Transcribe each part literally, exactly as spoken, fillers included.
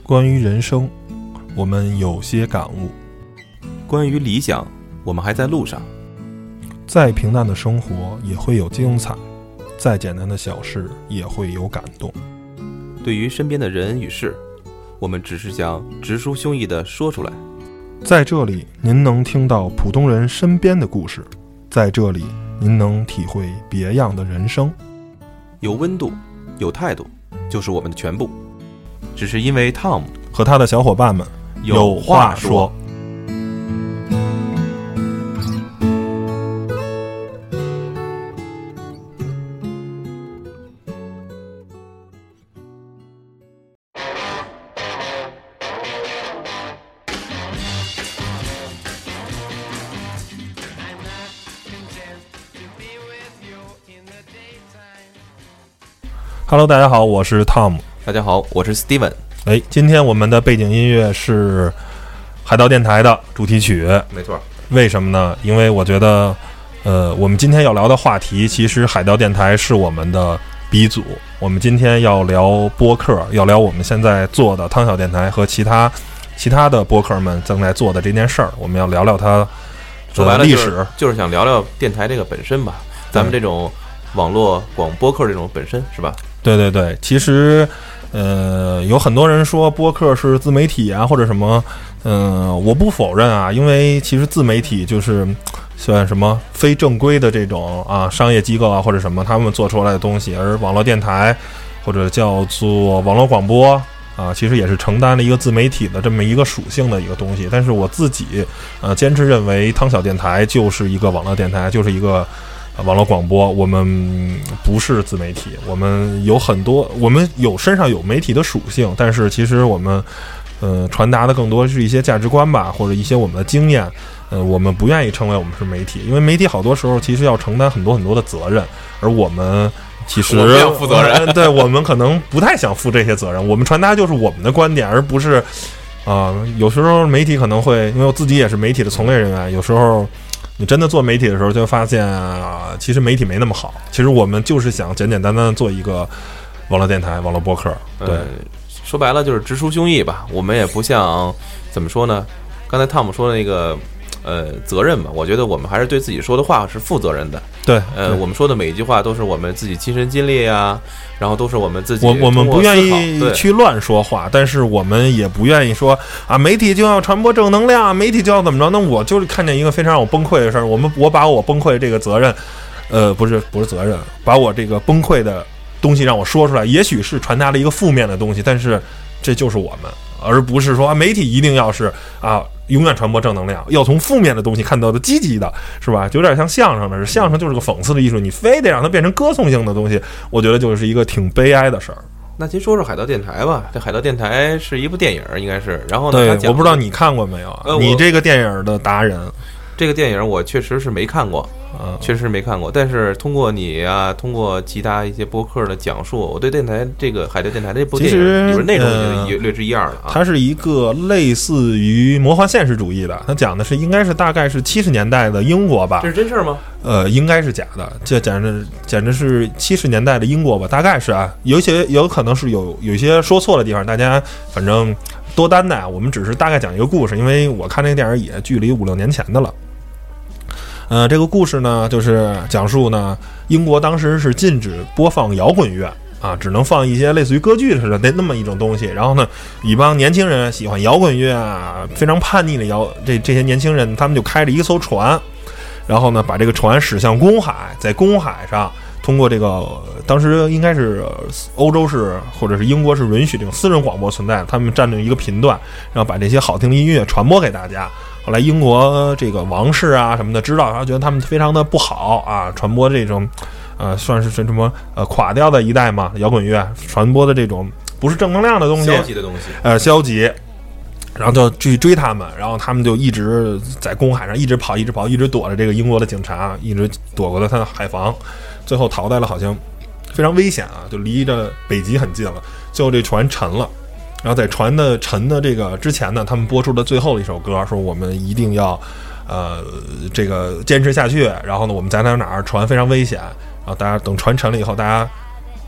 关于人生，我们有些感悟； 关于理想，我们还在路上。 再平淡的生活也会有精彩，再简单的小事也会有感动。 对于身边的人与事，我们只是想直抒胸臆地说出来。 在这里，您能听到普通人身边的故事，在这里，您能体会别样的人生。 有温度，有态度，就是我们的全部。只是因为 Tom 和他的小伙伴们有话说。Hello， 大家好，我是 Tom。 大家好，我是 Steven。 哎，今天我们的背景音乐是海盗电台的主题曲。 没错。 为什么呢？因为我觉得，呃，我们今天要聊的话题，其实海盗电台是我们的鼻祖。我们今天要聊播客，要聊我们现在做的汤小电台和其他其他的播客们正在做的这件事儿。我们要聊聊它的历史， 说白了就是，就是想聊聊电台这个本身吧。咱们这种网络广播客这种本身是吧？ 对对对，其实，呃，有很多人说播客是自媒体啊，或者什么，嗯、呃，我不否认啊，因为其实自媒体就是算什么非正规的这种啊商业机构啊或者什么他们做出来的东西，而网络电台或者叫做网络广播啊，其实也是承担了一个自媒体的这么一个属性的一个东西。但是我自己呃坚持认为，汤小电台就是一个网络电台，就是一个。网络广播，我们不是自媒体，我们有很多，我们有身上有媒体的属性，但是其实我们，呃，传达的更多是一些价值观吧，或者一些我们的经验，呃，我们不愿意称为我们是媒体，因为媒体好多时候其实要承担很多很多的责任，而我们其实我们要负责任， 呃、对我们可能不太想负这些责任，我们传达就是我们的观点，而不是，啊、呃，有时候媒体可能会，因为我自己也是媒体的从业人员，有时候。你真的做媒体的时候，就发现啊，其实媒体没那么好。其实我们就是想简简单单的做一个网络电台、网络播客。对、呃， 说白了就是直抒胸臆吧。我们也不像怎么说呢？刚才汤姆说的那个呃责任吧，我觉得我们还是对自己说的话是负责任的。 对， 呃，我们说的每一句话都是我们自己亲身经历呀，然后都是我们自己。 我我们不愿意去乱说话，但是我们也不愿意说啊，媒体就要传播正能量，媒体就要怎么着？那我就是看见一个非常让我崩溃的事儿，我们我把我崩溃这个责任，呃，不是不是责任，把我这个崩溃的东西让我说出来，也许是传达了一个负面的东西，但是这就是我们，而不是说、啊、媒体一定要是啊。永远传播正能量，要从负面的东西看到的积极的，是吧？就有点像相声的，相声就是个讽刺的艺术，你非得让它变成歌颂性的东西，我觉得就是一个挺悲哀的事儿。 那先说说海盗电台吧，这海盗电台是一部电影，应该是。然后呢， 对，我不知道你看过没有啊？呃、你这个电影的达人， 这个电影我确实是没看过。嗯，确实没看过，但是通过你啊，通过其他一些播客的讲述，我对电台这个海盗电台这部电影里边内容已经略知一二了啊。 它是一个类似于魔幻现实主义的，它讲的是应该是大概是七十年代的英国吧？ 这是真事吗？ 呃，应该是假的，这简直简直是七十年代的英国吧？大概是啊，有一些有可能是有有一些说错的地方，大家反正多担待，我们只是大概讲一个故事，因为我看这个电影也距离五六年前的了。呃，这个故事呢，就是讲述呢，英国当时是禁止播放摇滚乐啊，只能放一些类似于歌剧似的那那么一种东西。然后呢，一帮年轻人喜欢摇滚乐啊，非常叛逆的摇这这些年轻人，他们就开着一艘船，然后呢，把这个船驶向公海，在公海上通过这个当时应该是欧洲是或者是英国是允许这种私人广播存在的，他们占领一个频段，然后把这些好听的音乐传播给大家。后来英国这个王室啊什么的知道，然后觉得他们非常的不好啊，传播这种，呃，算是什么呃垮掉的一代嘛，摇滚乐传播的这种不是正能量的东西， 消极的东西， 呃，消极，然后就去追他们，然后他们就一直在公海上一直跑，一直跑，一直躲着这个英国的警察，一直躲过了他的海防，最后逃在了好像非常危险啊，就离着北极很近了，最后这船沉了。然后在船的沉的这个之前呢，他们播出的最后的一首歌，说我们一定要呃这个坚持下去。然后呢，我们在哪哪儿船非常危险，然后大家等船沉了以后，大家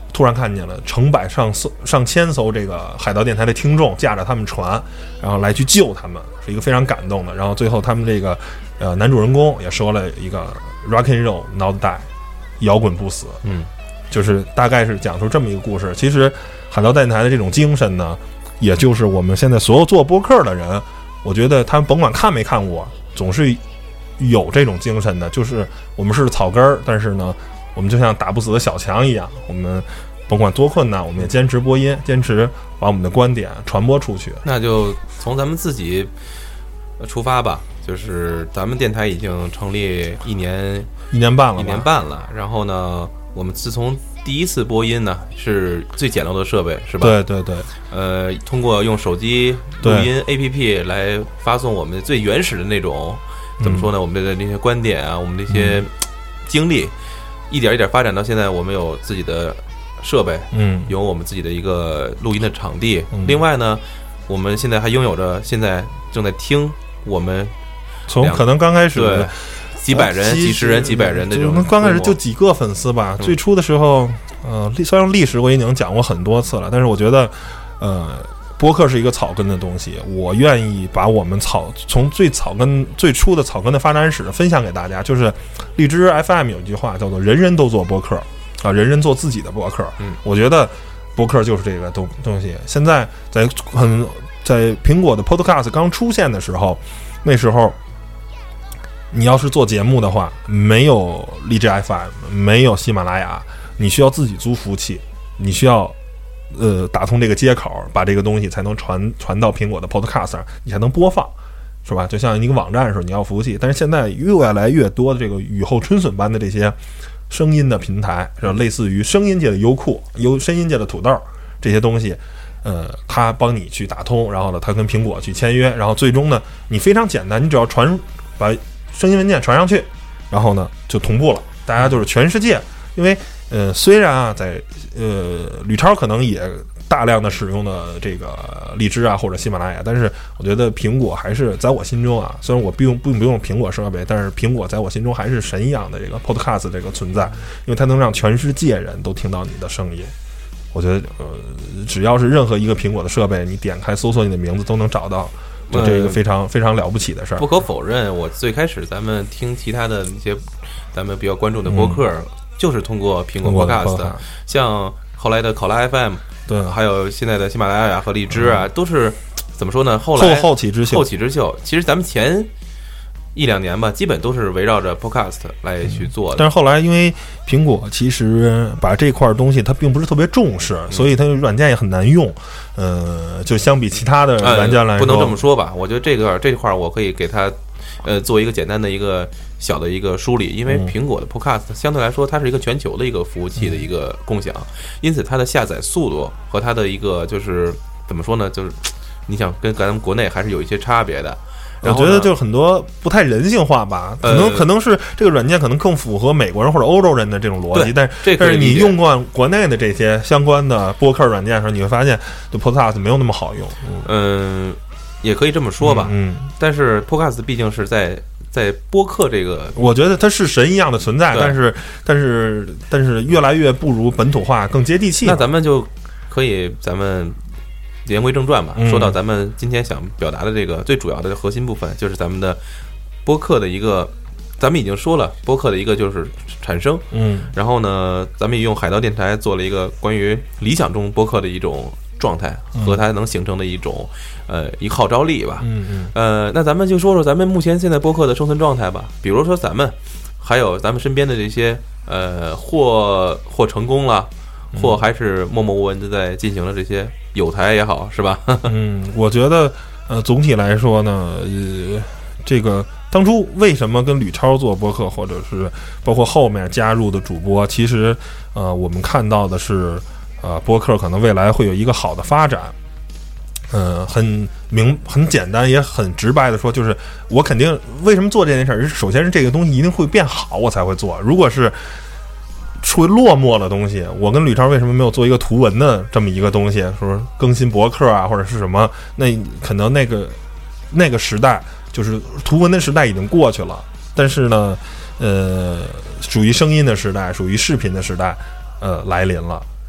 突然看见了成百上上千艘这个海盗电台的听众驾着他们船，然后来去救他们，是一个非常感动的。然后最后他们这个呃男主人公也说了一个 rock and roll not die， 摇滚不死， 嗯， 就是大概是讲出这么一个故事。其实海盗电台的这种精神呢，也就是我们现在所有做播客的人，我觉得他们甭管看没看过，总是有这种精神的，就是我们是草根儿，但是呢我们就像打不死的小强一样，我们甭管多困难，我们也坚持播音，坚持把我们的观点传播出去。 那就从咱们自己出发吧，就是咱们电台已经成立一年一年半了， 一年半了。然后呢，我们自从第一次播音呢，是最简陋的设备，是吧？ 对对对。 呃，通过用手机录音 A P P 来发送我们最原始的那种，怎么说呢？ 嗯、 我们的那些观点啊，我们这些经历。嗯，一点一点发展到现在，我们有自己的设备， 嗯， 有我们自己的一个录音的场地。 嗯、 另外呢，我们现在还拥有着现在正在听我们从可能刚开始对几百人、几十人、几百人的这种， 刚开始就几个粉丝吧。 嗯、 最初的时候，呃，虽然历史我已经讲过很多次了，但是我觉得，呃。播客是一个草根的东西，我愿意把我们草从最草根最初的草根的发展史分享给大家。就是荔枝 F M 有一句话叫做人人都做播客啊，人人做自己的播客。 嗯， 我觉得播客就是这个东东西。现在在很在苹果的 Podcast 刚出现的时候，那时候你要是做节目的话，没有荔枝 F M， 没有喜马拉雅，你需要自己租服务器，你需要呃，打通这个接口，把这个东西才能传传到苹果的 Podcast 上，你才能播放，是吧？就像一个网站的时候，你要服务器。但是现在越来越多的这个雨后春笋般的这些声音的平台，类似于声音界的优酷、优声音界的土豆这些东西，呃，它帮你去打通，然后呢，它跟苹果去签约，然后最终呢，你非常简单，你只要传把声音文件传上去，然后呢就同步了，大家就是全世界，因为。呃，虽然啊，在呃吕超可能也大量的使用的这个荔枝啊或者喜马拉雅，但是我觉得苹果还是在我心中啊，虽然我并并不用苹果设备，但是苹果在我心中还是神一样的这个 podcast 这个存在，因为它能让全世界人都听到你的声音。我觉得呃，只要是任何一个苹果的设备，你点开搜索你的名字都能找到，就这个非常、嗯、非常了不起的事儿。 不可否认，我最开始咱们听其他的一些咱们比较关注的播客。嗯，就是通过苹果 Podcast， 像后来的考拉 F M， 对， 还有现在的喜马拉雅和荔枝啊，嗯、都是怎么说呢？后来后起之秀， 后起之秀。其实咱们前一两年吧，基本都是围绕着 Podcast 来去做的。 嗯、但是后来因为苹果其实把这块东西它并不是特别重视，嗯、所以它软件也很难用。呃，就相比其他的软件来说， 呃、不能这么说吧？我觉得这个这块我可以给它呃做一个简单的一个。小的一个梳理，因为苹果的 Podcast 相对来说，它是一个全球的一个服务器的一个共享，因此它的下载速度和它的一个就是怎么说呢，就是你想跟咱们国内还是有一些差别的。 我觉得就很多不太人性化吧，可能、呃、可能是这个软件可能更符合美国人或者欧洲人的这种逻辑，但是但是你用惯国内的这些相关的播客软件的时候，你会发现就 Podcast 没有那么好用。 嗯，呃、也可以这么说吧。 嗯， 但是 Podcast 毕竟是在。在播客这个， 我觉得它是神一样的存在，但是但是但是越来越不如本土化更接地气。 那咱们就可以，咱们言归正传吧。 嗯、 说到咱们今天想表达的这个最主要的核心部分，就是咱们的播客的一个，咱们已经说了，播客的一个就是产生。 嗯，然后呢，咱们也用海盗电台做了一个关于理想中播客的一种状态和它能形成的一种。呃，一号召力吧， 嗯嗯， 呃，那咱们就说说咱们目前现在播客的生存状态吧。比如说咱们，还有咱们身边的这些，呃，或或成功了，或还是默默无闻的在进行了这些有台也好，是吧？ 嗯，我觉得，呃，总体来说呢，呃，这个当初为什么跟吕超做播客，或者是包括后面加入的主播，其实，呃，我们看到的是，呃，播客可能未来会有一个好的发展。嗯，很明很简单也很直白的说，就是我肯定为什么做这件事儿，首先是这个东西一定会变好，我才会做。如果是处于落寞的东西，我跟吕超为什么没有做一个图文的这么一个东西，说更新博客啊或者是什么，那可能那个那个时代就是图文的时代已经过去了，但是呢呃属于声音的时代，属于视频的时代呃来临了。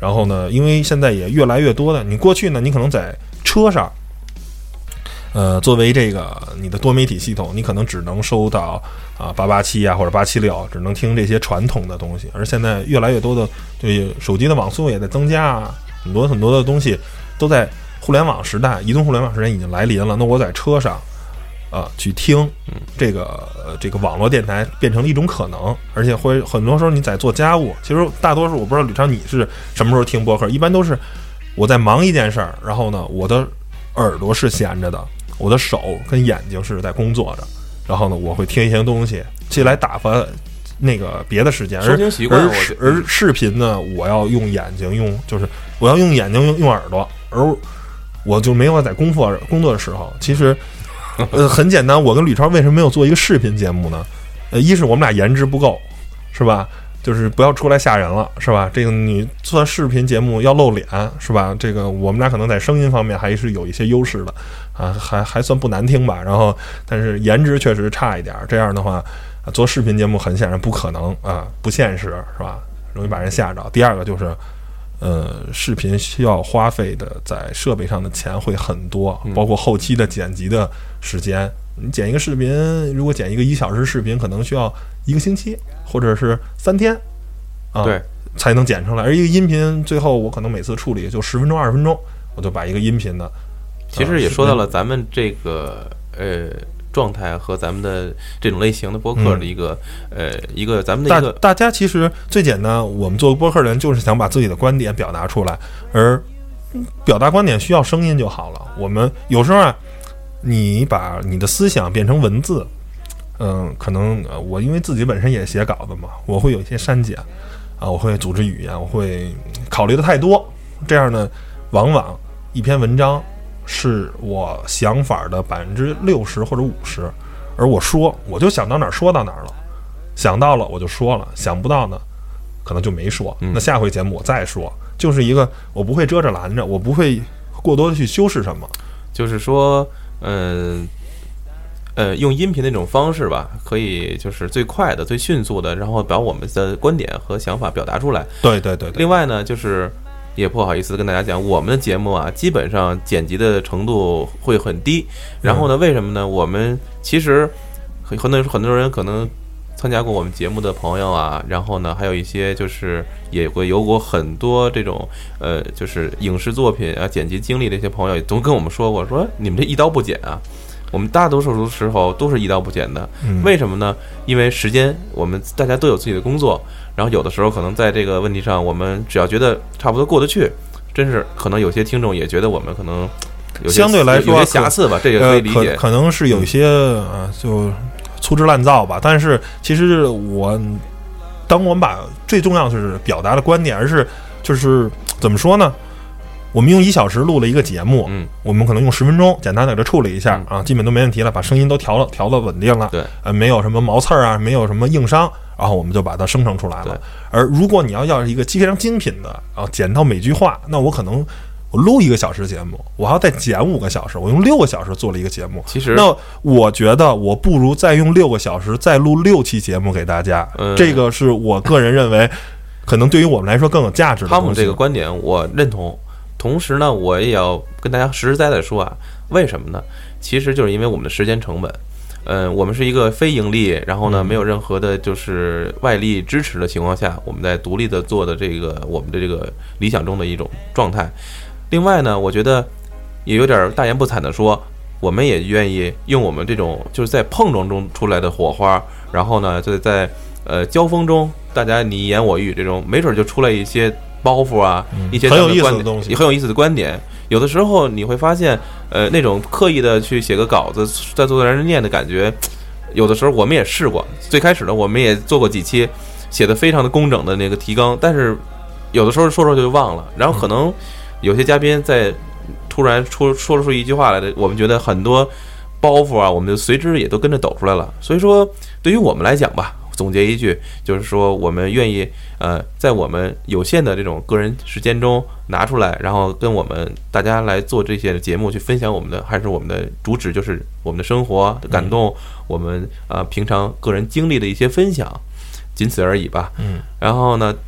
然后呢，因为现在也越来越多的，你过去呢，你可能在车上，呃，作为这个你的多媒体系统，你可能只能收到啊八八七啊或者八七六，只能听这些传统的东西。而现在越来越多的，对手机的网速也在增加啊，很多很多的东西都在互联网时代，移动互联网时代已经来临了。那我在车上，呃，去听这个、呃、这个网络电台变成了一种可能，而且会很多时候你在做家务，其实大多数我不知道吕超你是什么时候听播客，一般都是我在忙一件事儿，然后呢，我的耳朵是闲着的，我的手跟眼睛是在工作着，然后呢，我会听一些东西，去来打发那个别的时间。而而而视频呢，我要用眼睛用，就是我要用眼睛用用耳朵，而我就没有在工作工作的时候，其实。呃，很简单，我跟吕超为什么没有做一个视频节目呢？呃，一是我们俩颜值不够，是吧？就是不要出来吓人了，是吧？这个你做视频节目要露脸，是吧？这个我们俩可能在声音方面还是有一些优势的，啊，还还算不难听吧。然后，但是颜值确实差一点，这样的话，做视频节目很显然不可能啊，不现实，是吧？容易把人吓着。第二个就是。呃，视频需要花费的在设备上的钱会很多，包括后期的剪辑的时间。你剪一个视频，如果剪一个一小时视频，可能需要一个星期或者是三天啊， 对， 才能剪出来。而一个音频，最后我可能每次处理就十分钟、二十分钟，我就把一个音频的。 其实也说到了咱们这个呃。状态和咱们的这种类型的播客的一个、嗯、呃一个咱们的一个大大家其实最简单，我们做播客的人就是想把自己的观点表达出来，而表达观点需要声音就好了。我们有时候啊，你把你的思想变成文字，嗯、呃，可能我因为自己本身也写稿子嘛，我会有一些删减啊，我会组织语言，我会考虑的太多，这样呢，往往一篇文章。是我想法的百分之六十或者五十，而我说我就想到哪儿说到哪儿了，想到了我就说了，想不到呢，可能就没说。那下回节目我再说，就是一个我不会遮着拦着，我不会过多的去修饰什么。 就是说，嗯呃, 呃，用音频的那种方式吧，可以就是最快的、最迅速的，然后把我们的观点和想法表达出来。 对对 对, 对。 另外呢，就是。也不好意思跟大家讲，我们的节目啊，基本上剪辑的程度会很低。然后呢，为什么呢？我们其实很多很多人可能参加过我们节目的朋友啊，然后呢，还有一些就是也会有过很多这种呃，就是影视作品啊剪辑经历的一些朋友，也都跟我们说过，说你们这一刀不剪啊。我们大多数的时候都是一刀不剪的，为什么呢？因为时间，我们大家都有自己的工作，然后有的时候可能在这个问题上，我们只要觉得差不多过得去，真是可能有些听众也觉得我们可能有些相对来说有些瑕疵吧，这个可以理解， 呃、可, 可能是有一些啊、呃、就粗制滥造吧。但是其实我，当我们把最重要的是表达的观点，而是就是怎么说呢？我们用一小时录了一个节目， 嗯， 我们可能用十分钟简单的给它处理一下、 嗯、 啊，基本都没问题了，把声音都调了调了稳定了， 对， 呃，没有什么毛刺儿啊，没有什么硬伤，然后我们就把它生成出来了。而如果你要要是一个非常精品的啊，剪到每句话，那我可能我录一个小时节目，我还要再剪五个小时，我用六个小时做了一个节目。 其实， 那我觉得我不如再用六个小时再录六期节目给大家， 嗯、 这个是我个人认为可能对于我们来说更有价值的东西。 他们这个观点我认同。同时呢，我也要跟大家实实在在的说啊，为什么呢？其实就是因为我们的时间成本，嗯、呃，我们是一个非盈利，然后呢，没有任何的就是外力支持的情况下，我们在独立的做的这个我们的这个理想中的一种状态。另外呢，我觉得也有点大言不惭的说，我们也愿意用我们这种就是在碰撞中出来的火花，然后呢，就在呃交锋中，大家你一言我语这种，没准就出来一些。包袱啊，一些很有意思的东西， 也很有意思的观点。有的时候你会发现，呃，那种刻意的去写个稿子，在做让人念的感觉，有的时候我们也试过。最开始呢，我们也做过几期，写的非常的工整的那个提纲，但是有的时候说说就忘了。然后可能有些嘉宾在突然说说出一句话来的，我们觉得很多包袱啊，我们就随之也都跟着抖出来了。所以说，对于我们来讲吧。总结一句，就是说我们愿意呃，在我们有限的这种个人时间中拿出来，然后跟我们大家来做这些节目，去分享我们的，还是我们的主旨就是我们的生活的感动，嗯、我们啊、呃、平常个人经历的一些分享，仅此而已吧。 嗯， 然后呢，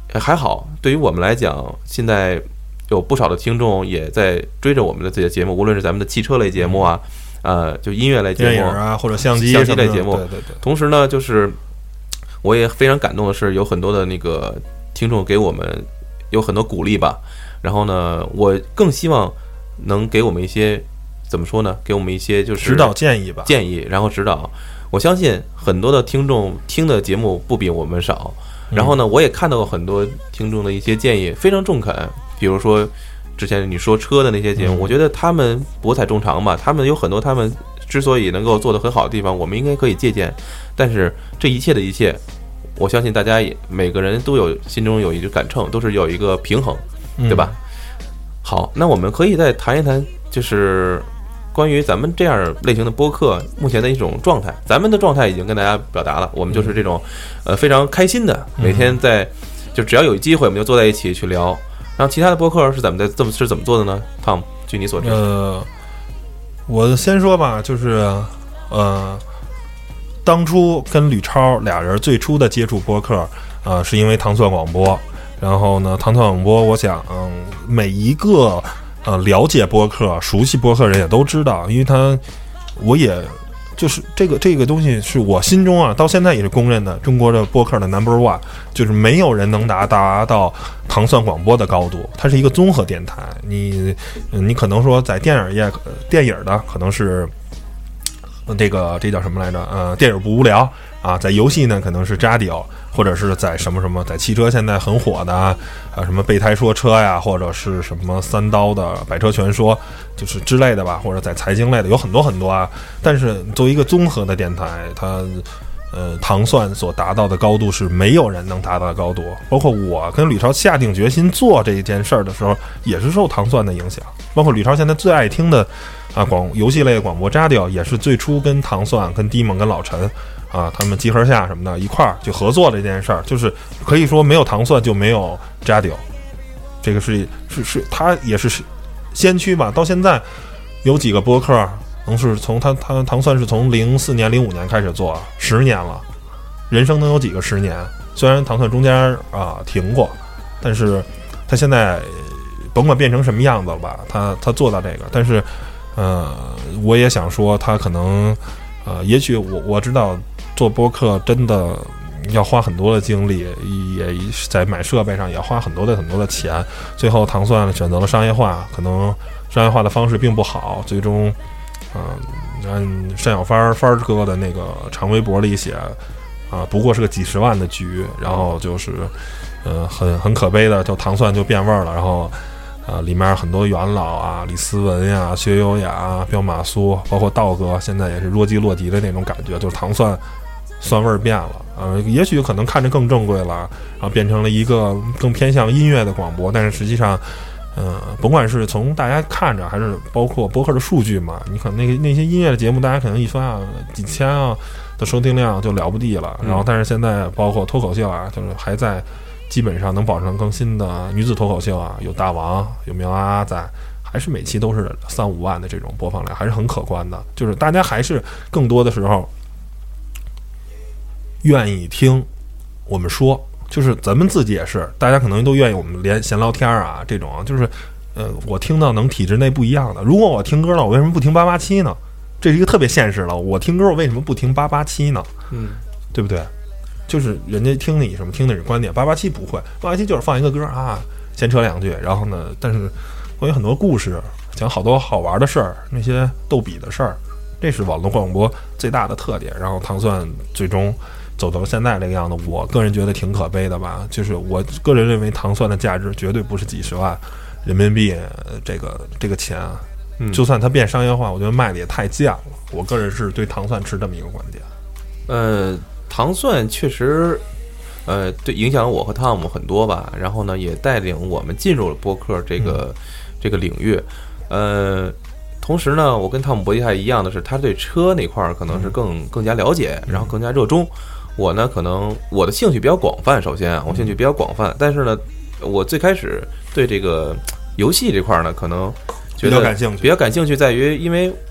还好，对于我们来讲，现在有不少的听众也在追着我们的这些节目，无论是咱们的汽车类节目啊，呃，就音乐类节目电影啊，或者相机相机类节目。 对对对。 同时呢，就是我也非常感动的是，有很多的那个听众给我们有很多鼓励吧。然后呢，我更希望能给我们一些怎么说呢？给我们一些就是指导建议吧， 建议，然后指导。我相信很多的听众听的节目不比我们少。然后呢，我也看到过很多听众的一些建议，非常中肯。比如说之前你说车的那些节目， 嗯、 我觉得他们博采众长吧，他们有很多他们之所以能够做得很好的地方，我们应该可以借鉴。但是这一切的一切，我相信大家也每个人都有心中有一个杆秤，都是有一个平衡，对吧？嗯、好，那我们可以再谈一谈，就是关于咱们这样类型的播客目前的一种状态。咱们的状态已经跟大家表达了，我们就是这种呃非常开心的，每天在就只要有机会我们就坐在一起去聊。然后其他的播客是怎么在这么是怎么做的呢 ？Tom， 据你所知， 呃，我先说吧，就是呃，当初跟吕超俩人最初的接触播客啊、呃，是因为糖蒜广播。然后呢，糖蒜广播，我想，嗯，每一个呃了解播客、熟悉播客人也都知道，因为他，我也就是这个这个东西是我心中啊，到现在也是公认的中国的播客的 number one， 就是没有人能达达到糖蒜广播的高度。它是一个综合电台，你你可能说在电影业，电影的可能是这个这叫什么来着？呃，电影不无聊啊，在游戏呢可能是 Jadio。或者是在什么什么，在汽车现在很火的啊，什么备胎说车呀，或者是什么三刀的百车全说，就是之类的吧，或者在财经类的有很多很多啊。但是作为一个综合的电台，它呃糖蒜所达到的高度是没有人能达到的高度。包括我跟吕超下定决心做这一件事儿的时候，也是受糖蒜的影响。包括吕超现在最爱听的啊广游戏类的广播扎调，也是最初跟糖蒜、跟迪蒙、跟老陈。啊，他们集合下什么的一块儿就合作这件事儿，就是可以说没有糖蒜就没有 Jadio， 这个是是是，他也是先驱吧。到现在有几个播客能是从他他糖蒜是从零四年零五年开始做，十年了，人生能有几个十年？虽然糖蒜中间啊停过，但是他现在甭管变成什么样子了吧，他他做到这个，但是呃，我也想说他可能呃，也许我我知道。做播客真的要花很多的精力，也在买设备上也花很多的很多的钱。最后糖蒜选择了商业化，可能商业化的方式并不好。最终，嗯、呃，按单小帆帆哥的那个长微博里写，啊、呃，不过是个几十万的局，然后就是，呃，很很可悲的，就糖蒜就变味儿了。然后，呃，里面很多元老啊，李思文呀、薛优雅、彪马苏，包括道哥，现在也是若即若离的那种感觉，就是糖蒜。蒜味儿变了，呃，也许可能看着更正规了，然后变成了一个更偏向音乐的广播，但是实际上，呃，甭管是从大家看着，还是包括播客的数据嘛，你可能那个那些音乐的节目，大家可能一翻啊，几千啊的收听量就了不地了。然后，但是现在包括脱口秀啊，就是还在基本上能保证更新的女子脱口秀啊，有大王，有苗阿在。还是每期都是三五万的这种播放量，还是很可观的。就是大家还是更多的时候。愿意听我们说，就是咱们自己也是，大家可能都愿意我们连闲聊天啊，这种就是呃，我听到能体制内不一样的。如果我听歌呢，我为什么不听八八七呢？这是一个特别现实了。我听歌，我为什么不听八八七呢？ 嗯， 对不对？就是人家听你什么听的是观点，八八七不会，八八七就是放一个歌啊，闲扯两句，然后呢，但是关于很多故事，讲好多好玩的事儿，那些逗比的事儿，这是网络广播最大的特点。然后糖蒜最终。走到现在这个样子，我个人觉得挺可悲的吧。就是我个人认为，糖蒜的价值绝对不是几十万人民币这个这个钱啊。嗯，就算它变商业化，我觉得卖的也太贱了。我个人是对糖蒜持这么一个观点。 呃，糖蒜确实，呃，对影响我和汤姆很多吧。然后呢，也带领我们进入了播客这个、嗯、这个领域。呃。同时呢，我跟汤姆不太一样的是，他对车那块儿可能是更更加了解，然后更加热衷。我呢，可能我的兴趣比较广泛，首先我兴趣比较广泛，但是呢，我最开始对这个游戏这块呢，可能觉得比较感兴趣， 比较感兴趣在于，因为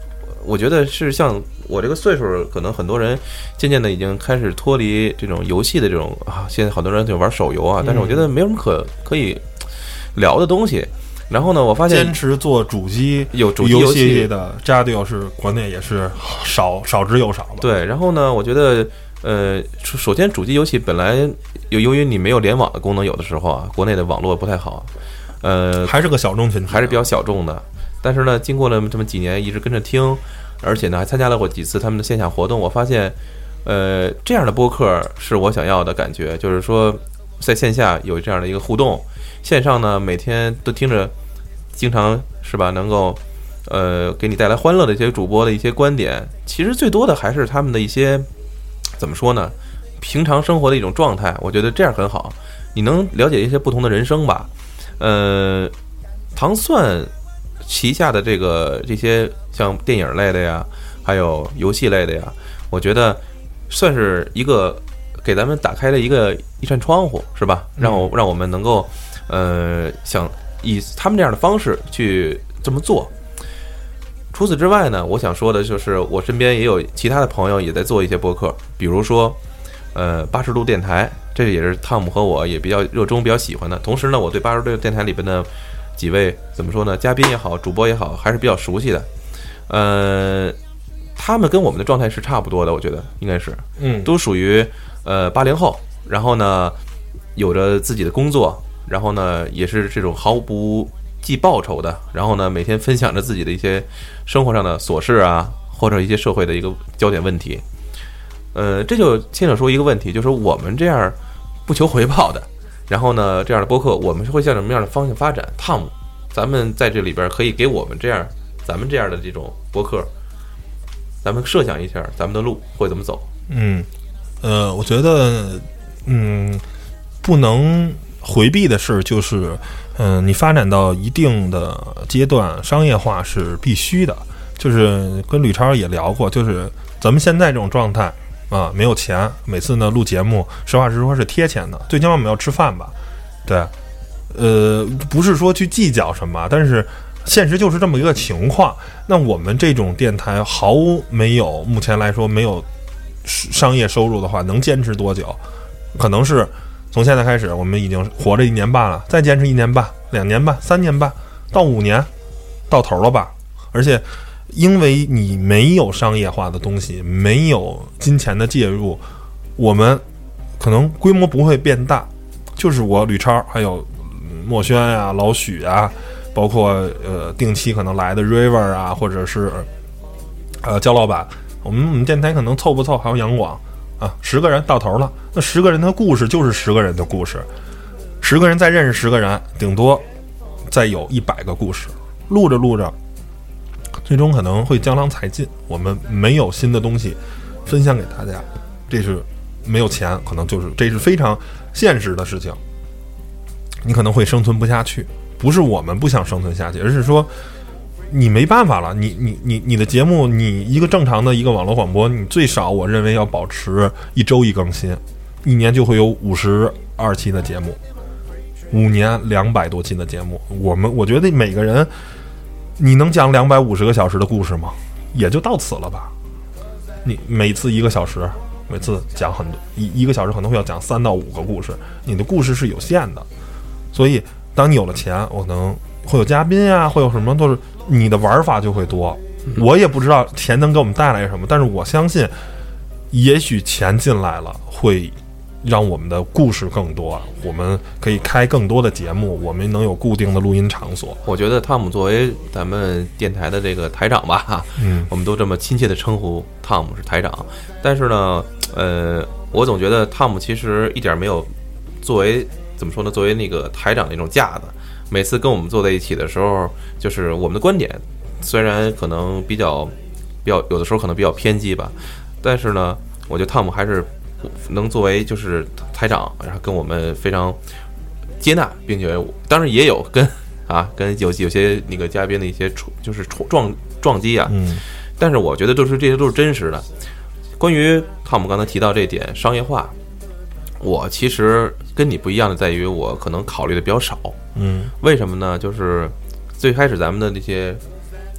我觉得是像我这个岁数，可能很多人渐渐的已经开始脱离这种游戏的这种啊，现在好多人就玩手游啊，但是我觉得没有什么可可以聊的东西。然后呢，我发现坚持做主机有主机游游戏的 Jadio 是国内也是少少之又少了。 对，然后呢，我觉得呃，首先主机游戏本来由由于你没有联网的功能，有的时候啊，国内的网络不太好，呃， 还是个小众群体， 还是比较小众的。但是呢，经过了这么几年，一直跟着听，而且呢，还参加了过几次他们的线下活动，我发现，呃，这样的播客是我想要的感觉，就是说在线下有这样的一个互动，线上呢每天都听着，经常是吧，能够呃给你带来欢乐的一些主播的一些观点，其实最多的还是他们的一些怎么说呢，平常生活的一种状态，我觉得这样很好，你能了解一些不同的人生吧。呃，糖蒜旗下的这个这些像电影类的呀，还有游戏类的呀，我觉得算是一个给咱们打开了一个一扇窗户，是吧？让我让我们能够呃想以他们这样的方式去这么做。除此之外呢，我想说的就是我身边也有其他的朋友也在做一些播客，比如说呃八十度电台，这也是汤姆和我也比较热衷比较喜欢的。同时呢，我对八十度电台里边的几位怎么说呢，嘉宾也好，主播也好，还是比较熟悉的。呃，他们跟我们的状态是差不多的，我觉得应该是， 嗯， 都属于呃八零后，然后呢有着自己的工作，然后呢也是这种毫不计报酬的，然后呢每天分享着自己的一些生活上的琐事啊，或者一些社会的一个焦点问题。呃，这就牵扯出一个问题，就是我们这样不求回报的，然后呢这样的播客我们会向什么样的方向发展？汤姆，咱们在这里边可以给我们这样咱们这样的这种播客，咱们设想一下咱们的路会怎么走。 嗯，呃，我觉得嗯不能回避的是，就是嗯、呃，你发展到一定的阶段，商业化是必须的。就是跟吕超也聊过，就是咱们现在这种状态啊，没有钱，每次呢录节目，实话实说是贴钱的，最起码我们要吃饭吧，对，呃，不是说去计较什么，但是现实就是这么一个情况。那我们这种电台毫没有，目前来说没有商业收入的话，能坚持多久？可能是从现在开始，我们已经活着一年半了，再坚持一年半、两年半、三年半，到五年，到头了吧？而且，因为你没有商业化的东西，没有金钱的介入，我们可能规模不会变大。就是我吕超，还有墨轩啊、老许啊，包括呃定期可能来的 River 啊，或者是呃焦老板，我们我们电台可能凑不凑，还有杨广啊，十个人到头了。那十个人的故事就是十个人的故事，十个人再认识十个人，顶多再有一百个故事，录着录着，最终可能会江郎才尽。我们没有新的东西分享给大家，这是没有钱，可能就是这是非常现实的事情。你可能会生存不下去，不是我们不想生存下去，而是说你没办法了。你你你你的节目，你一个正常的一个网络广播，你最少我认为要保持一周一更新，一年就会有五十二期的节目，五年两百多期的节目。我们我觉得每个人，你能讲两百五十个小时的故事吗？也就到此了吧。你每次一个小时，每次讲很多，一一个小时可能会要讲三到五个故事，你的故事是有限的。所以当你有了钱，我可能会有嘉宾啊，会有什么，都是你的玩法就会多。我也不知道钱能给我们带来什么，但是我相信也许钱进来了会让我们的故事更多，我们可以开更多的节目，我们能有固定的录音场所。 我觉得汤姆作为咱们电台的这个台长吧，嗯，我们都这么亲切的称呼汤姆是台长，但是呢，呃，我总觉得汤姆其实一点没有作为怎么说呢，作为那个台长那种架子，每次跟我们坐在一起的时候，就是我们的观点虽然可能比较比较有的时候可能比较偏激吧，但是呢，我觉得汤姆还是能作为就是台长，然后跟我们非常接纳，并且当然也有跟啊跟有有些那个嘉宾的一些就是撞撞击啊，嗯，但是我觉得都是这些都是真实的。关于汤姆刚才提到这一点商业化，我其实跟你不一样的在于，我可能考虑的比较少，嗯，为什么呢？就是最开始咱们的那些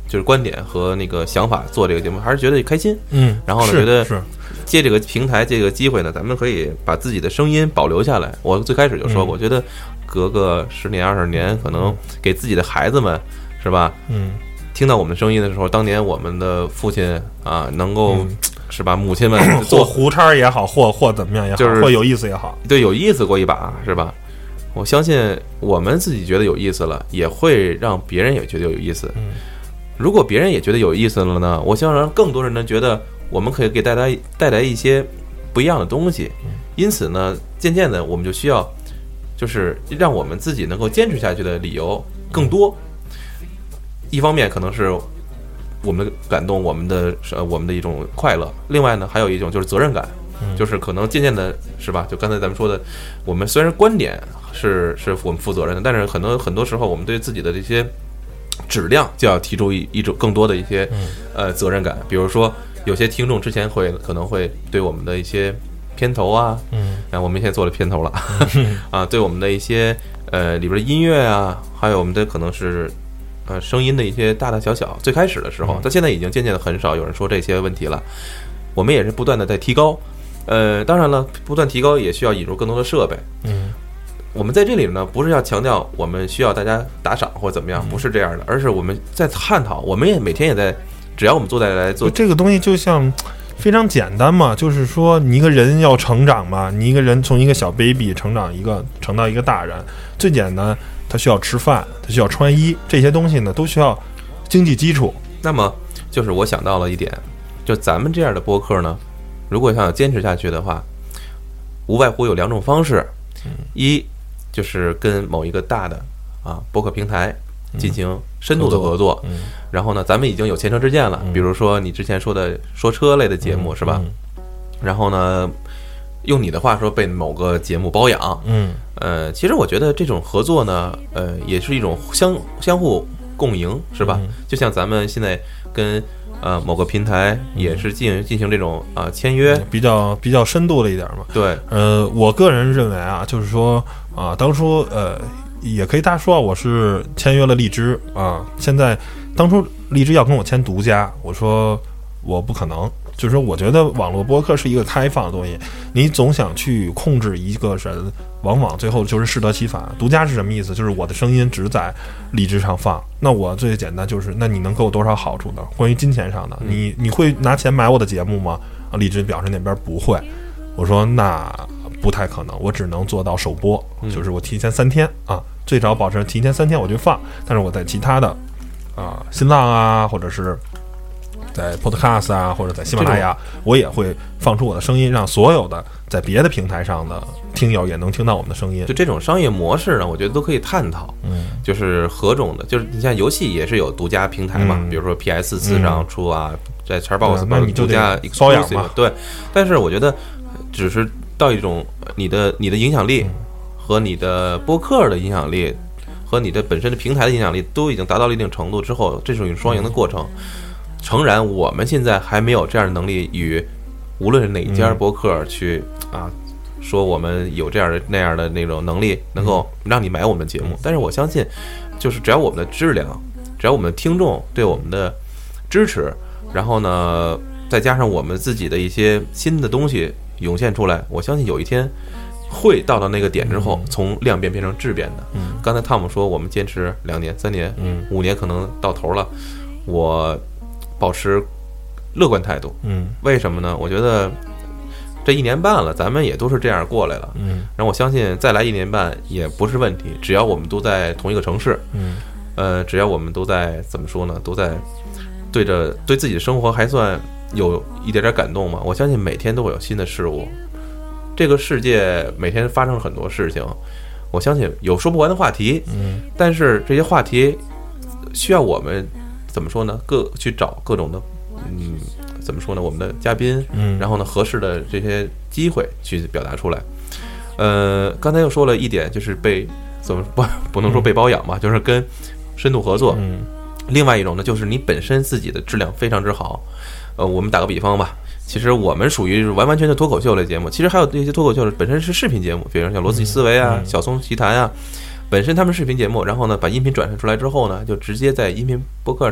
就是观点和那个想法做这个节目，还是觉得开心。 嗯， 然后呢，觉得是借这个平台这个机会呢，咱们可以把自己的声音保留下来。我最开始就说过，我觉得隔个十年二十年，可能给自己的孩子们，是吧？ 嗯， 听到我们的声音的时候，当年我们的父亲啊，能够、嗯、是吧？母亲们做胡叉也好，或或怎么样也好， 就是或有意思也好， 对，有意思过一把，是吧？我相信我们自己觉得有意思了，也会让别人也觉得有意思。 嗯， 如果别人也觉得有意思了呢，我希望让更多人呢觉得我们可以给大家带来一些不一样的东西。因此呢，渐渐的我们就需要，就是让我们自己能够坚持下去的理由更多。一方面可能是我们的感动，我们的呃我们的一种快乐；另外呢，还有一种就是责任感，就是可能渐渐的，是吧？就刚才咱们说的，我们虽然观点是是我们负责任的，但是很多很多时候，我们对自己的这些质量就要提出一一种更多的一些呃责任感。比如说，有些听众之前会可能会对我们的一些片头啊，嗯，然后我们现在做了片头了，嗯、啊，对我们的一些呃里边的音乐啊，还有我们的可能是呃声音的一些大大小小，最开始的时候，但现在已经渐渐的很少有人说这些问题了。我们也是不断的在提高，呃，当然了，不断提高也需要引入更多的设备，嗯。我们在这里呢，不是要强调我们需要大家打赏或怎么样，不是这样的，而是我们在探讨，我们也每天也在，只要我们坐在来做这个东西，就像非常简单嘛，就是说你一个人要成长嘛，你一个人从一个小 baby 成长一个成到一个大人，最简单，他需要吃饭，他需要穿衣，这些东西呢都需要经济基础。 那么就是我想到了一点，就咱们这样的播客呢，如果想要坚持下去的话，无外乎有两种方式，一就是跟某一个大的啊播客平台进行深度的合作，嗯嗯、然后呢，咱们已经有前车之鉴了，嗯、比如说你之前说的说车类的节目、嗯、是吧？嗯、然后呢，用你的话说被某个节目包养，嗯，呃，其实我觉得这种合作呢，呃，也是一种相相互共赢，是吧？嗯、就像咱们现在跟呃某个平台也是进进行这种啊、呃、签约， 比较比较深度了一点嘛。 对， 呃，我个人认为啊，就是说。啊，当初呃，也可以大家说我是签约了荔枝啊。现在当初荔枝要跟我签独家，我说我不可能，就是说我觉得网络播客是一个开放的东西，你总想去控制一个人，往往最后就是适得其反。独家是什么意思？就是我的声音只在荔枝上放，那我最简单就是，那你能给我多少好处呢？关于金钱上的，你你会拿钱买我的节目吗？啊，荔枝表示那边不会。我说那不太可能，我只能做到首播，就是我提前三天啊，最早保证提前三天我就放，但是我在其他的啊新浪啊，或者是在 Podcast 啊，或者在喜马拉雅，我也会放出我的声音，让所有的在别的平台上的听友也能听到我们的声音。 就这种商业模式呢，我觉得都可以探讨，嗯，就是何种的，就是你像游戏也是有独家平台嘛，嗯、比如说 P S 四 上出啊，嗯、在 Xbox 那你就独家包养嘛， 对，但是我觉得只是到一种你的你的影响力和你的播客的影响力和你的本身的平台的影响力都已经达到了一定程度之后，这是一种双赢的过程。诚然，我们现在还没有这样的能力与无论是哪一家播客去啊说我们有这样的那样的那种能力，能够让你买我们的节目。但是我相信，就是只要我们的质量，只要我们的听众对我们的支持，然后呢，再加上我们自己的一些新的东西涌现出来，我相信有一天会到到那个点之后，从量变变成质变的。嗯，刚才汤姆说我们坚持两年、三年、嗯、五年，可能到头了。我保持乐观态度。嗯，为什么呢？我觉得这一年半了，咱们也都是这样过来了。嗯，然后我相信再来一年半也不是问题，只要我们都在同一个城市。嗯，呃，只要我们都在怎么说呢？都在对着对自己的生活还算有一点点感动嘛。我相信每天都会有新的事物。这个世界每天发生了很多事情，我相信有说不完的话题。嗯，但是这些话题需要我们怎么说呢？各去找各种的，嗯，怎么说呢？我们的嘉宾，嗯，然后呢，合适的这些机会去表达出来。呃，刚才又说了一点，就是被怎么不不能说被包养吧，嗯、就是跟深度合作。嗯，另外一种呢，就是你本身自己的质量非常之好。呃，我们打个比方吧，其实我们属于完完全全的脱口秀类节目，其实还有这些脱口秀本身是视频节目，比如像逻辑思维啊、嗯、小松奇谈啊。本身他们视频节目，然后呢把音频转传出来之后呢，就直接在音频播客上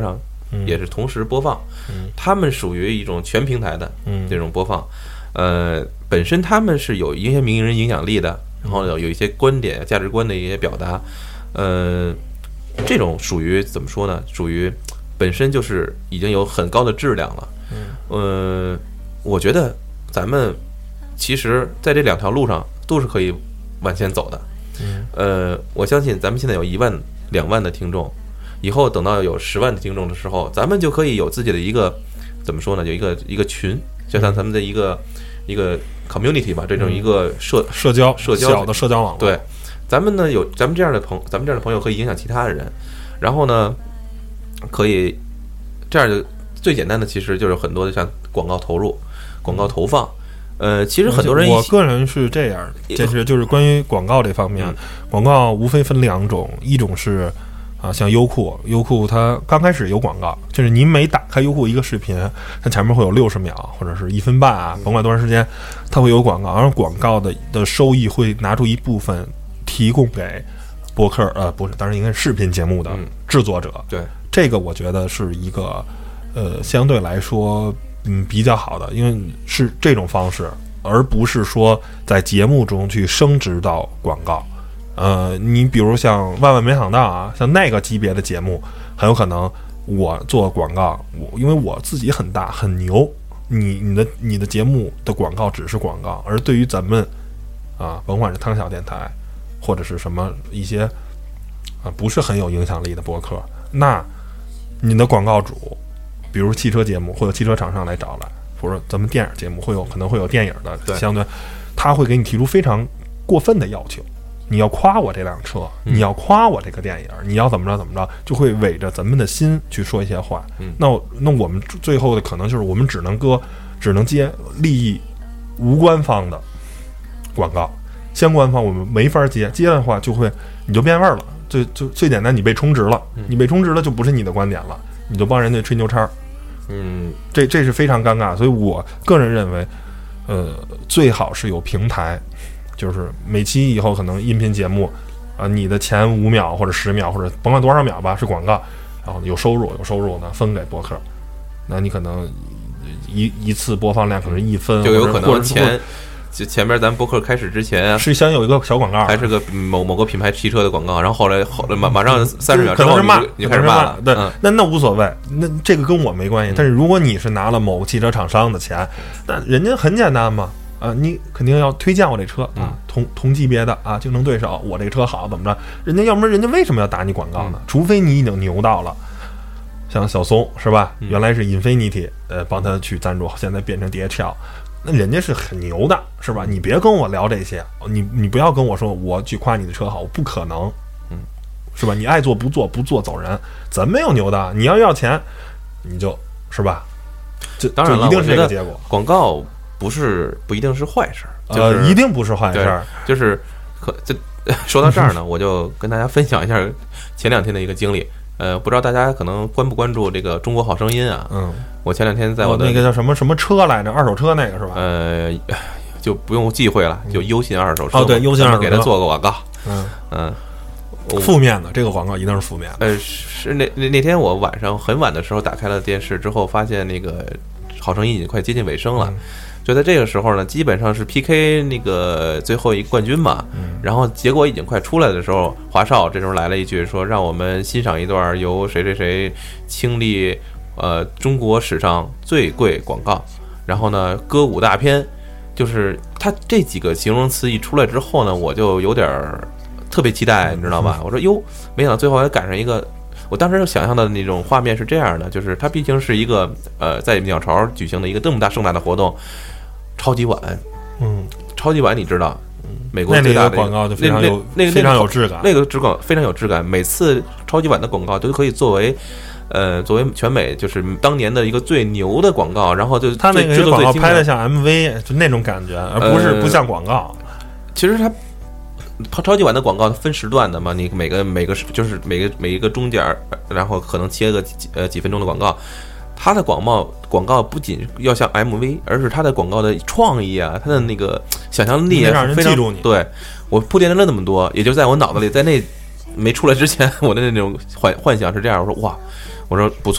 也是同时播放， 嗯， 他们属于一种全平台的嗯这种播放，呃，本身他们是有一些名人影响力的，然后有有一些观点、价值观的一些表达，呃，这种属于怎么说呢？属于本身就是已经有很高的质量了。 嗯， 呃，我觉得咱们其实在这两条路上都是可以往前走的。 嗯， 呃，我相信咱们现在有一万、两万的听众，以后等到有十万的听众的时候，咱们就可以有自己的一个怎么说呢？有一个一个群，就像咱们的一个、嗯、一个 community 吧，这种一个社、 嗯、社交社交小的社交网络。 对，咱们呢有咱们这样的朋，咱们这样的朋友可以影响其他的人，然后呢，可以这样的最简单的其实就是很多的像广告投入、广告投放。呃，其实很多人， 我个人是这样，这是就是关于广告这方面，嗯、广告无非分两种，一种是啊，像优酷，优酷它刚开始有广告，就是你每打开优酷一个视频，它前面会有六十秒或者是一分半啊，甭管多长时间，它会有广告，而广告的的收益会拿出一部分提供给播客，呃，不是，当然应该是视频节目的制作者。 嗯、对， 这个我觉得是一个呃，相对来说。嗯，比较好的，因为是这种方式，而不是说在节目中去升值到广告。呃，你比如像万万没想到啊，像那个级别的节目，很有可能我做广告，我因为我自己很大很牛，你你的你的节目的广告只是广告，而对于咱们啊，甭管是汤小电台或者是什么一些啊不是很有影响力的播客，那你的广告主。比如汽车节目会有汽车厂商来找来，或者咱们电影节目会有可能会有电影的相对，他会给你提出非常过分的要求，你要夸我这辆车， 嗯、 你要夸我这个电影，你要怎么着怎么着，就会违着咱们的心去说一些话。 嗯、 那那我们最后的可能就是我们只能搁，只能接利益无官方的广告，相关方我们没法接，接的话就会你就变味儿了，就就最简单，你被充值了， 嗯、 你被充值了就不是你的观点了，你就帮人家吹牛叉。 嗯， 这这是非常尴尬，所以我个人认为，呃，最好是有平台，就是每期以后可能音频节目，啊、呃，你的前五秒或者十秒或者甭管多少秒吧是广告，然后有收入，有收入呢分给播客，那你可能一一次播放量可能一分， 就有可能前。就前面咱播客开始之前啊， 是先有一个小广告， 还是个某某个品牌汽车的广告，然后后来后来马马上三十秒之后你就你就开始骂了， 对， 嗯、 那那无所谓，那这个跟我没关系。 嗯、 但是如果你是拿了某个汽车厂商的钱，那人家很简单嘛，啊，你肯定要推荐我这车啊，同同级别的啊，竞争对手，我这车好怎么着？人家要不然人家为什么要打你广告呢？ 嗯、 除非你已经牛到了，像小松是吧？ 嗯、 原来是 Infinity 呃帮他去赞助，现在变成 D H L。那人家是很牛的，是吧？你别跟我聊这些，你你不要跟我说我去夸你的车好，我不可能， 嗯， 是吧？你爱做不做，不做走人，咱没有牛的，你要要钱，你就是吧？这当然了， 一定是这个结果。 广告不是不一定是坏事，就是、 呃，一定不是坏事， 就是可这说到这儿呢，我就跟大家分享一下前两天的一个经历。呃，不知道大家可能关不关注这个《中国好声音》啊？ 嗯， 我前两天在我的、 哦、那个叫什么什么车来着，二手车那个是吧？ 呃，就不用忌讳了，就优信二手车。 哦，对，优信二手车给他做个广告。 嗯嗯， 负面的这个广告一定是负面的。 呃，是那那那天我晚上很晚的时候打开了电视之后，发现那个《好声音》已经快接近尾声了。嗯，就在这个时候呢，基本上是 P K 那个最后一个冠军嘛， 嗯， 然后结果已经快出来的时候，华少这时候来了一句说：“让我们欣赏一段由谁谁谁倾力呃中国史上最贵广告。”然后呢，歌舞大片，就是他这几个形容词一出来之后呢，我就有点特别期待，你知道吧？我说哟，没想到最后还赶上一个。我当时想象的那种画面是这样的，就是它毕竟是一个呃在鸟巢举行的一个这么大盛大的活动。超级碗， 嗯， 超级碗，你知道，美国最大的、 那个广告就非常有那个非常有质感， 那个质感非常有质感。每次超级碗的广告都可以作为，呃，作为全美就是当年的一个最牛的广告。然后就他那个广告拍的像 M V， 就那种感觉，而不是不像广告。 呃、其实它超级碗的广告分时段的嘛，你每个每个就是每个每一个中间，然后可能切个几呃几分钟的广告。它的广告广告不仅要像 M V， 而是它的广告的创意啊，它的那个想象力啊， 让人记住你。 对，我铺垫了那么多，也就在我脑子里，在那没出来之前，我的那种幻幻想是这样。我说哇，我说不错，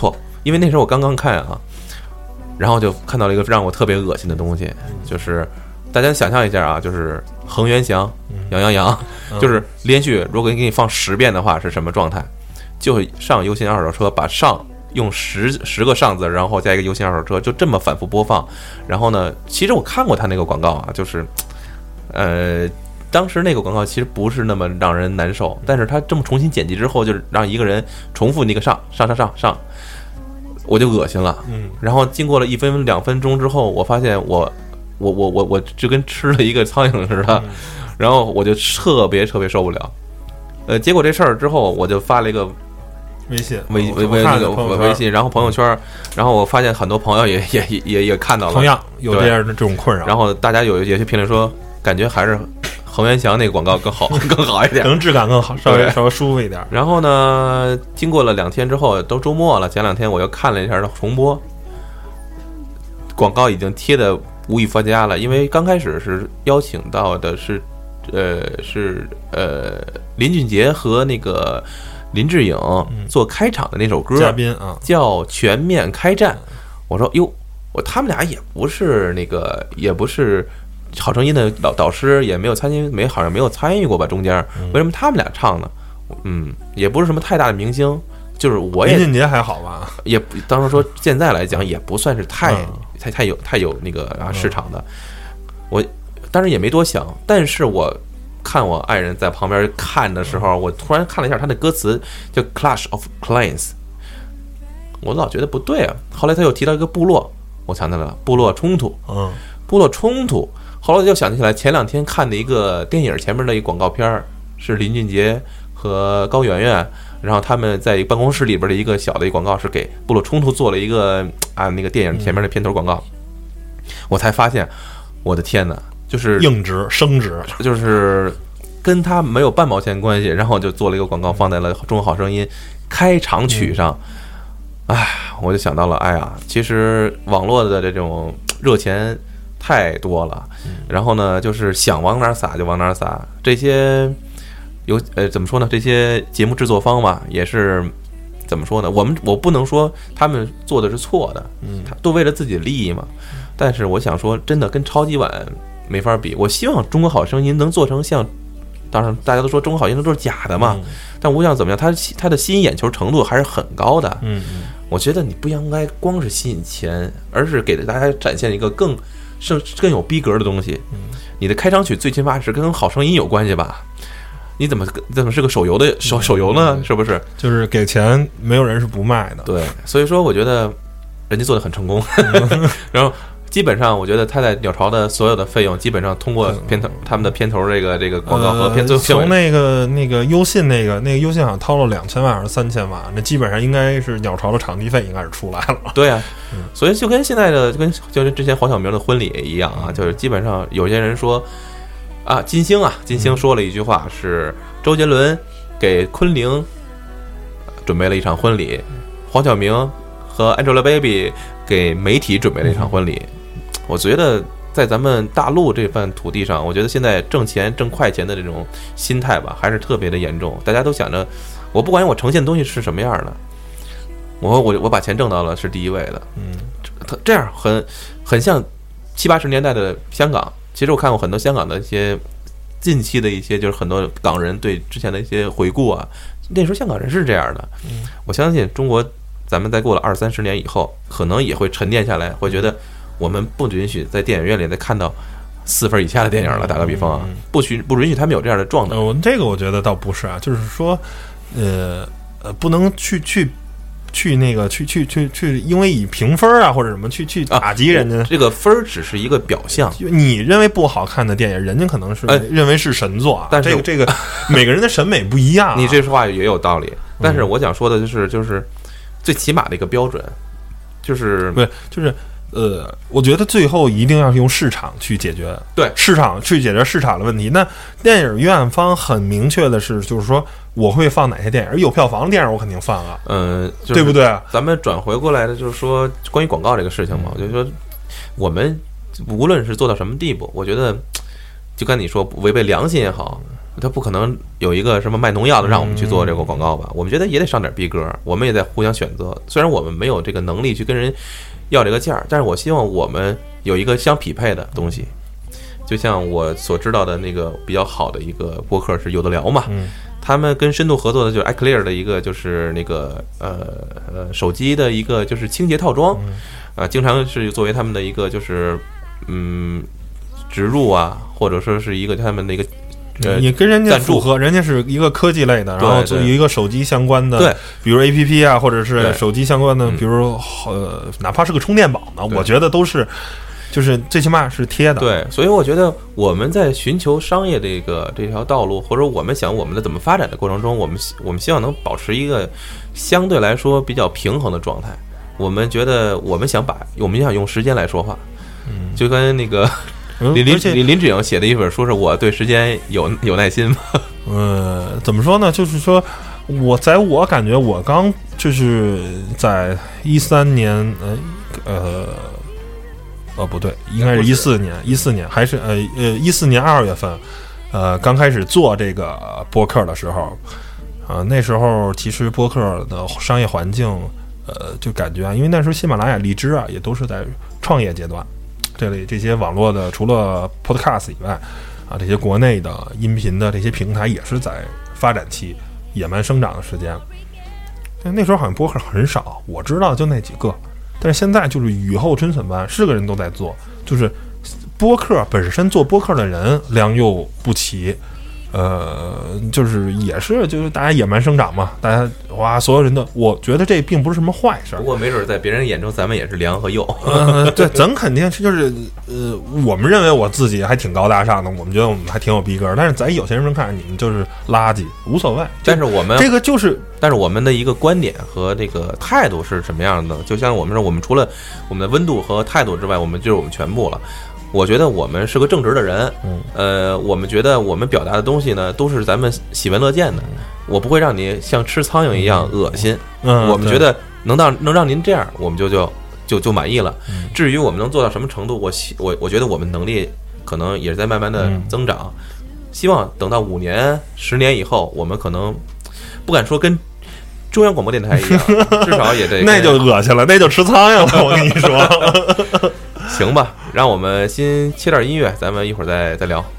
因为那时候我刚刚看啊，然后就看到了一个让我特别恶心的东西，就是大家想象一下啊，就是恒源祥、羊羊羊，就是连续如果给你放十遍的话是什么状态？就上优信二手车，把上用十十个上字，然后加一个优信二手车，就这么反复播放。然后呢，其实我看过他那个广告啊，就是呃。当时那个广告其实不是那么让人难受，但是他这么重新剪辑之后，就是让一个人重复那个上上上上上，我就恶心了。嗯，然后经过了一分两分钟之后，我发现我我我我我就跟吃了一个苍蝇似的，然后我就特别特别受不了。呃，结果这事儿之后，我就发了一个微信微微微那个微信，然后朋友圈，然后我发现很多朋友也也也也看到了， 同样有这样的这种困扰。 然后大家有有些评论说，感觉还是恒源祥那个广告更好，更好一点， 可能质感更好，稍微稍微舒服一点。 然后呢，经过了两天之后，都周末了，前两天我又看了一下它重播，广告已经贴的无以复加了。因为刚开始是邀请到的是，呃，是呃林俊杰和那个林志颖做开场的那首歌， 嘉宾啊， 叫《全面开战》。我说哟，我他们俩也不是那个，也不是。好声音的导导师也没有参与，没好像没有参与过吧？中间为什么他们俩唱呢？嗯，也不是什么太大的明星，就是我也林俊杰还好吧？ 也当时说现在来讲也不算是太、嗯、太太有太有那个啊市场的。我当时也没多想，但是我看我爱人在旁边看的时候，我突然看了一下他的歌词，叫 Clash of Clans， 我老觉得不对啊。后来他又提到一个部落，我想起来了，部落冲突， 嗯， 部落冲突。后来就想起来前两天看的一个电影前面的一个广告片，是林俊杰和高圆圆，然后他们在办公室里边的一个小的一个广告，是给部落冲突做了一个啊那个电影前面的片头广告。我才发现，我的天哪，就是硬直升值， 就是跟他没有半毛钱关系，然后就做了一个广告放在了《中国好声音》开场曲上。哎，我就想到了，哎呀，其实网络的这种热钱太多了，然后呢，就是想往哪儿撒就往哪儿撒。这些有呃怎么说呢？这些节目制作方嘛，也是怎么说呢？我们我不能说他们做的是错的，嗯，都为了自己的利益嘛。但是我想说，真的跟超级碗没法比。我希望《中国好声音》能做成像，当然大家都说《中国好声音》都是假的嘛，嗯、但无论怎么样，它它的吸引眼球程度还是很高的。 嗯嗯， 我觉得你不应该光是吸引钱，而是给大家展现一个更。是更有逼格的东西。你的开场曲最起码是跟好声音有关系吧？你怎么怎么是个手游的手手游呢？是不是？ 就是给钱，没有人是不卖的。 对，所以说我觉得人家做的很成功。然后基本上，我觉得他在鸟巢的所有的费用，基本上通过片头他们的片头这个这个广告和片头、呃、 从那个那个优信那个那个优信好像掏了两千万还是三千万，那基本上应该是鸟巢的场地费应该是出来了。 对啊，嗯、所以就跟现在的就跟就是之前黄晓明的婚礼也一样啊，就是基本上有些人说啊，金星啊，金星说了一句话是周杰伦给昆凌准备了一场婚礼，黄晓明和 Angelababy 给媒体准备了一场婚礼。我觉得在咱们大陆这片土地上，我觉得现在挣钱挣快钱的这种心态吧，还是特别的严重。大家都想着，我不管我呈现的东西是什么样的，我我我把钱挣到了是第一位的。 嗯， 这样很很像七八十年代的香港。其实我看过很多香港的一些近期的一些，就是很多港人对之前的一些回顾啊，那时候香港人是这样的。 嗯， 我相信中国，咱们再过了二三十年以后，可能也会沉淀下来，会觉得。我们不允许在电影院里再看到四分以下的电影了。打个比方啊，不许不允许他们有这样的状态。 我、呃、这个我觉得倒不是啊，就是说，呃呃，不能去去去那个去去去去，因为以评分啊或者什么去去打击人家、 啊。这个分只是一个表象。 你认为不好看的电影，人家可能是认为是神作啊。 但是这个这个每个人的审美不一样、啊。 你这话也有道理，但是我想说的就是就是最起码的一个标准，就是对，就是。呃，我觉得最后一定要用市场去解决， 对市场去解决市场的问题。那电影院方很明确的是，就是说我会放哪些电影，有票房的电影我肯定放啊， 嗯、呃， 对不对？ 咱们转回过来的就是说关于广告这个事情嘛，我就说我们无论是做到什么地步，我觉得就跟你说违背良心也好， 他不可能有一个什么卖农药的让我们去做这个广告吧？我们觉得也得上点逼格，我们也在互相选择。虽然我们没有这个能力去跟人要这个价，但是我希望我们有一个相匹配的东西。就像我所知道的那个比较好的一个播客是有的聊嘛， 嗯， 他们跟深度合作的就是 iClear 的一个就是那个呃呃手机的一个就是清洁套装，啊，经常是作为他们的一个就是嗯植入啊，或者说是一个他们的一个。呃， 你跟人家符合，人家是一个科技类的，然后有一个手机相关的， 对， 比如 A P P 啊，或者是手机相关的，比如呃，哪怕是个充电宝呢，我觉得都是，就是最起码是贴的。 对，所以我觉得我们在寻求商业这个这条道路，或者我们想我们的怎么发展的过程中，我们我们希望能保持一个相对来说比较平衡的状态。我们觉得我们想把我们想用时间来说话，嗯，就跟那个。林林林林志颖写的一本书是我对时间有有耐心吗？ 呃，怎么说呢？就是说，我在我感觉我刚就是在一三年，呃呃，哦不对，应该是一四年，一四年还是呃呃一四年二月份，呃刚开始做这个播客的时候，啊、呃、那时候其实播客的商业环境，呃就感觉啊，因为那时候喜马拉雅、荔枝啊也都是在创业阶段。这里这些网络的，除了 Podcast 以外，啊，这些国内的音频的这些平台也是在发展期、野蛮生长的时间。但那时候好像播客很少，我知道就那几个。但是现在就是雨后春笋般，是个人都在做。就是播客本身做播客的人良莠不齐，呃，就是也是就是大家野蛮生长嘛，大家哇，所有人的，我觉得这并不是什么坏事。 不过没准在别人眼中，咱们也是良和幼。 呃，对，咱肯定是就是呃，我们认为我自己还挺高大上的，我们觉得我们还挺有逼格，但是在有些人看你们就是垃圾，无所谓。 但是我们这个就是， 但是我们的一个观点和这个态度是什么样的？就像我们说，我们除了我们的温度和态度之外，我们就是我们全部了。我觉得我们是个正直的人，嗯，呃，我们觉得我们表达的东西呢，都是咱们喜闻乐见的。我不会让你像吃苍蝇一样恶心。 嗯， 我们觉得能让能让您这样，我们就就就就满意了。至于我们能做到什么程度，我我我觉得我们能力可能也是在慢慢的增长。希望等到五年、十年以后，我们可能不敢说跟中央广播电台一样，至少也得那就恶心了，那就吃苍蝇了。我跟你说。 行吧，让我们先切点音乐，咱们一会儿再再聊。